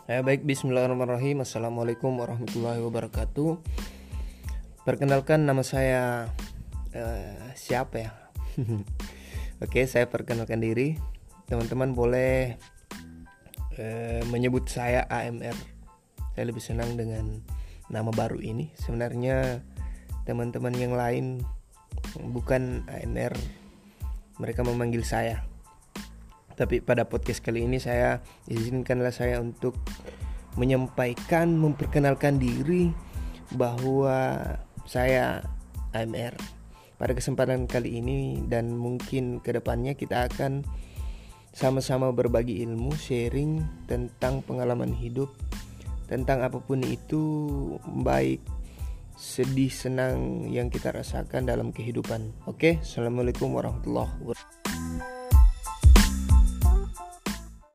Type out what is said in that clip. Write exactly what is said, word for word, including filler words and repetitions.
Ya baik, bismillahirrahmanirrahim. Assalamualaikum warahmatullahi wabarakatuh. Perkenalkan, nama saya uh, siapa ya? Oke, saya perkenalkan diri. Teman-teman boleh uh, menyebut saya A M R. Saya lebih senang dengan nama baru ini. Sebenarnya teman-teman yang lain bukan A M R, mereka memanggil saya. Tapi pada podcast kali ini saya izinkanlah saya untuk menyampaikan, memperkenalkan diri bahwa saya A M R. Pada kesempatan kali ini dan mungkin kedepannya kita akan sama-sama berbagi ilmu, sharing tentang pengalaman hidup, tentang apapun itu, baik sedih, senang yang kita rasakan dalam kehidupan. Oke, assalamualaikum warahmatullahi wabarakatuh.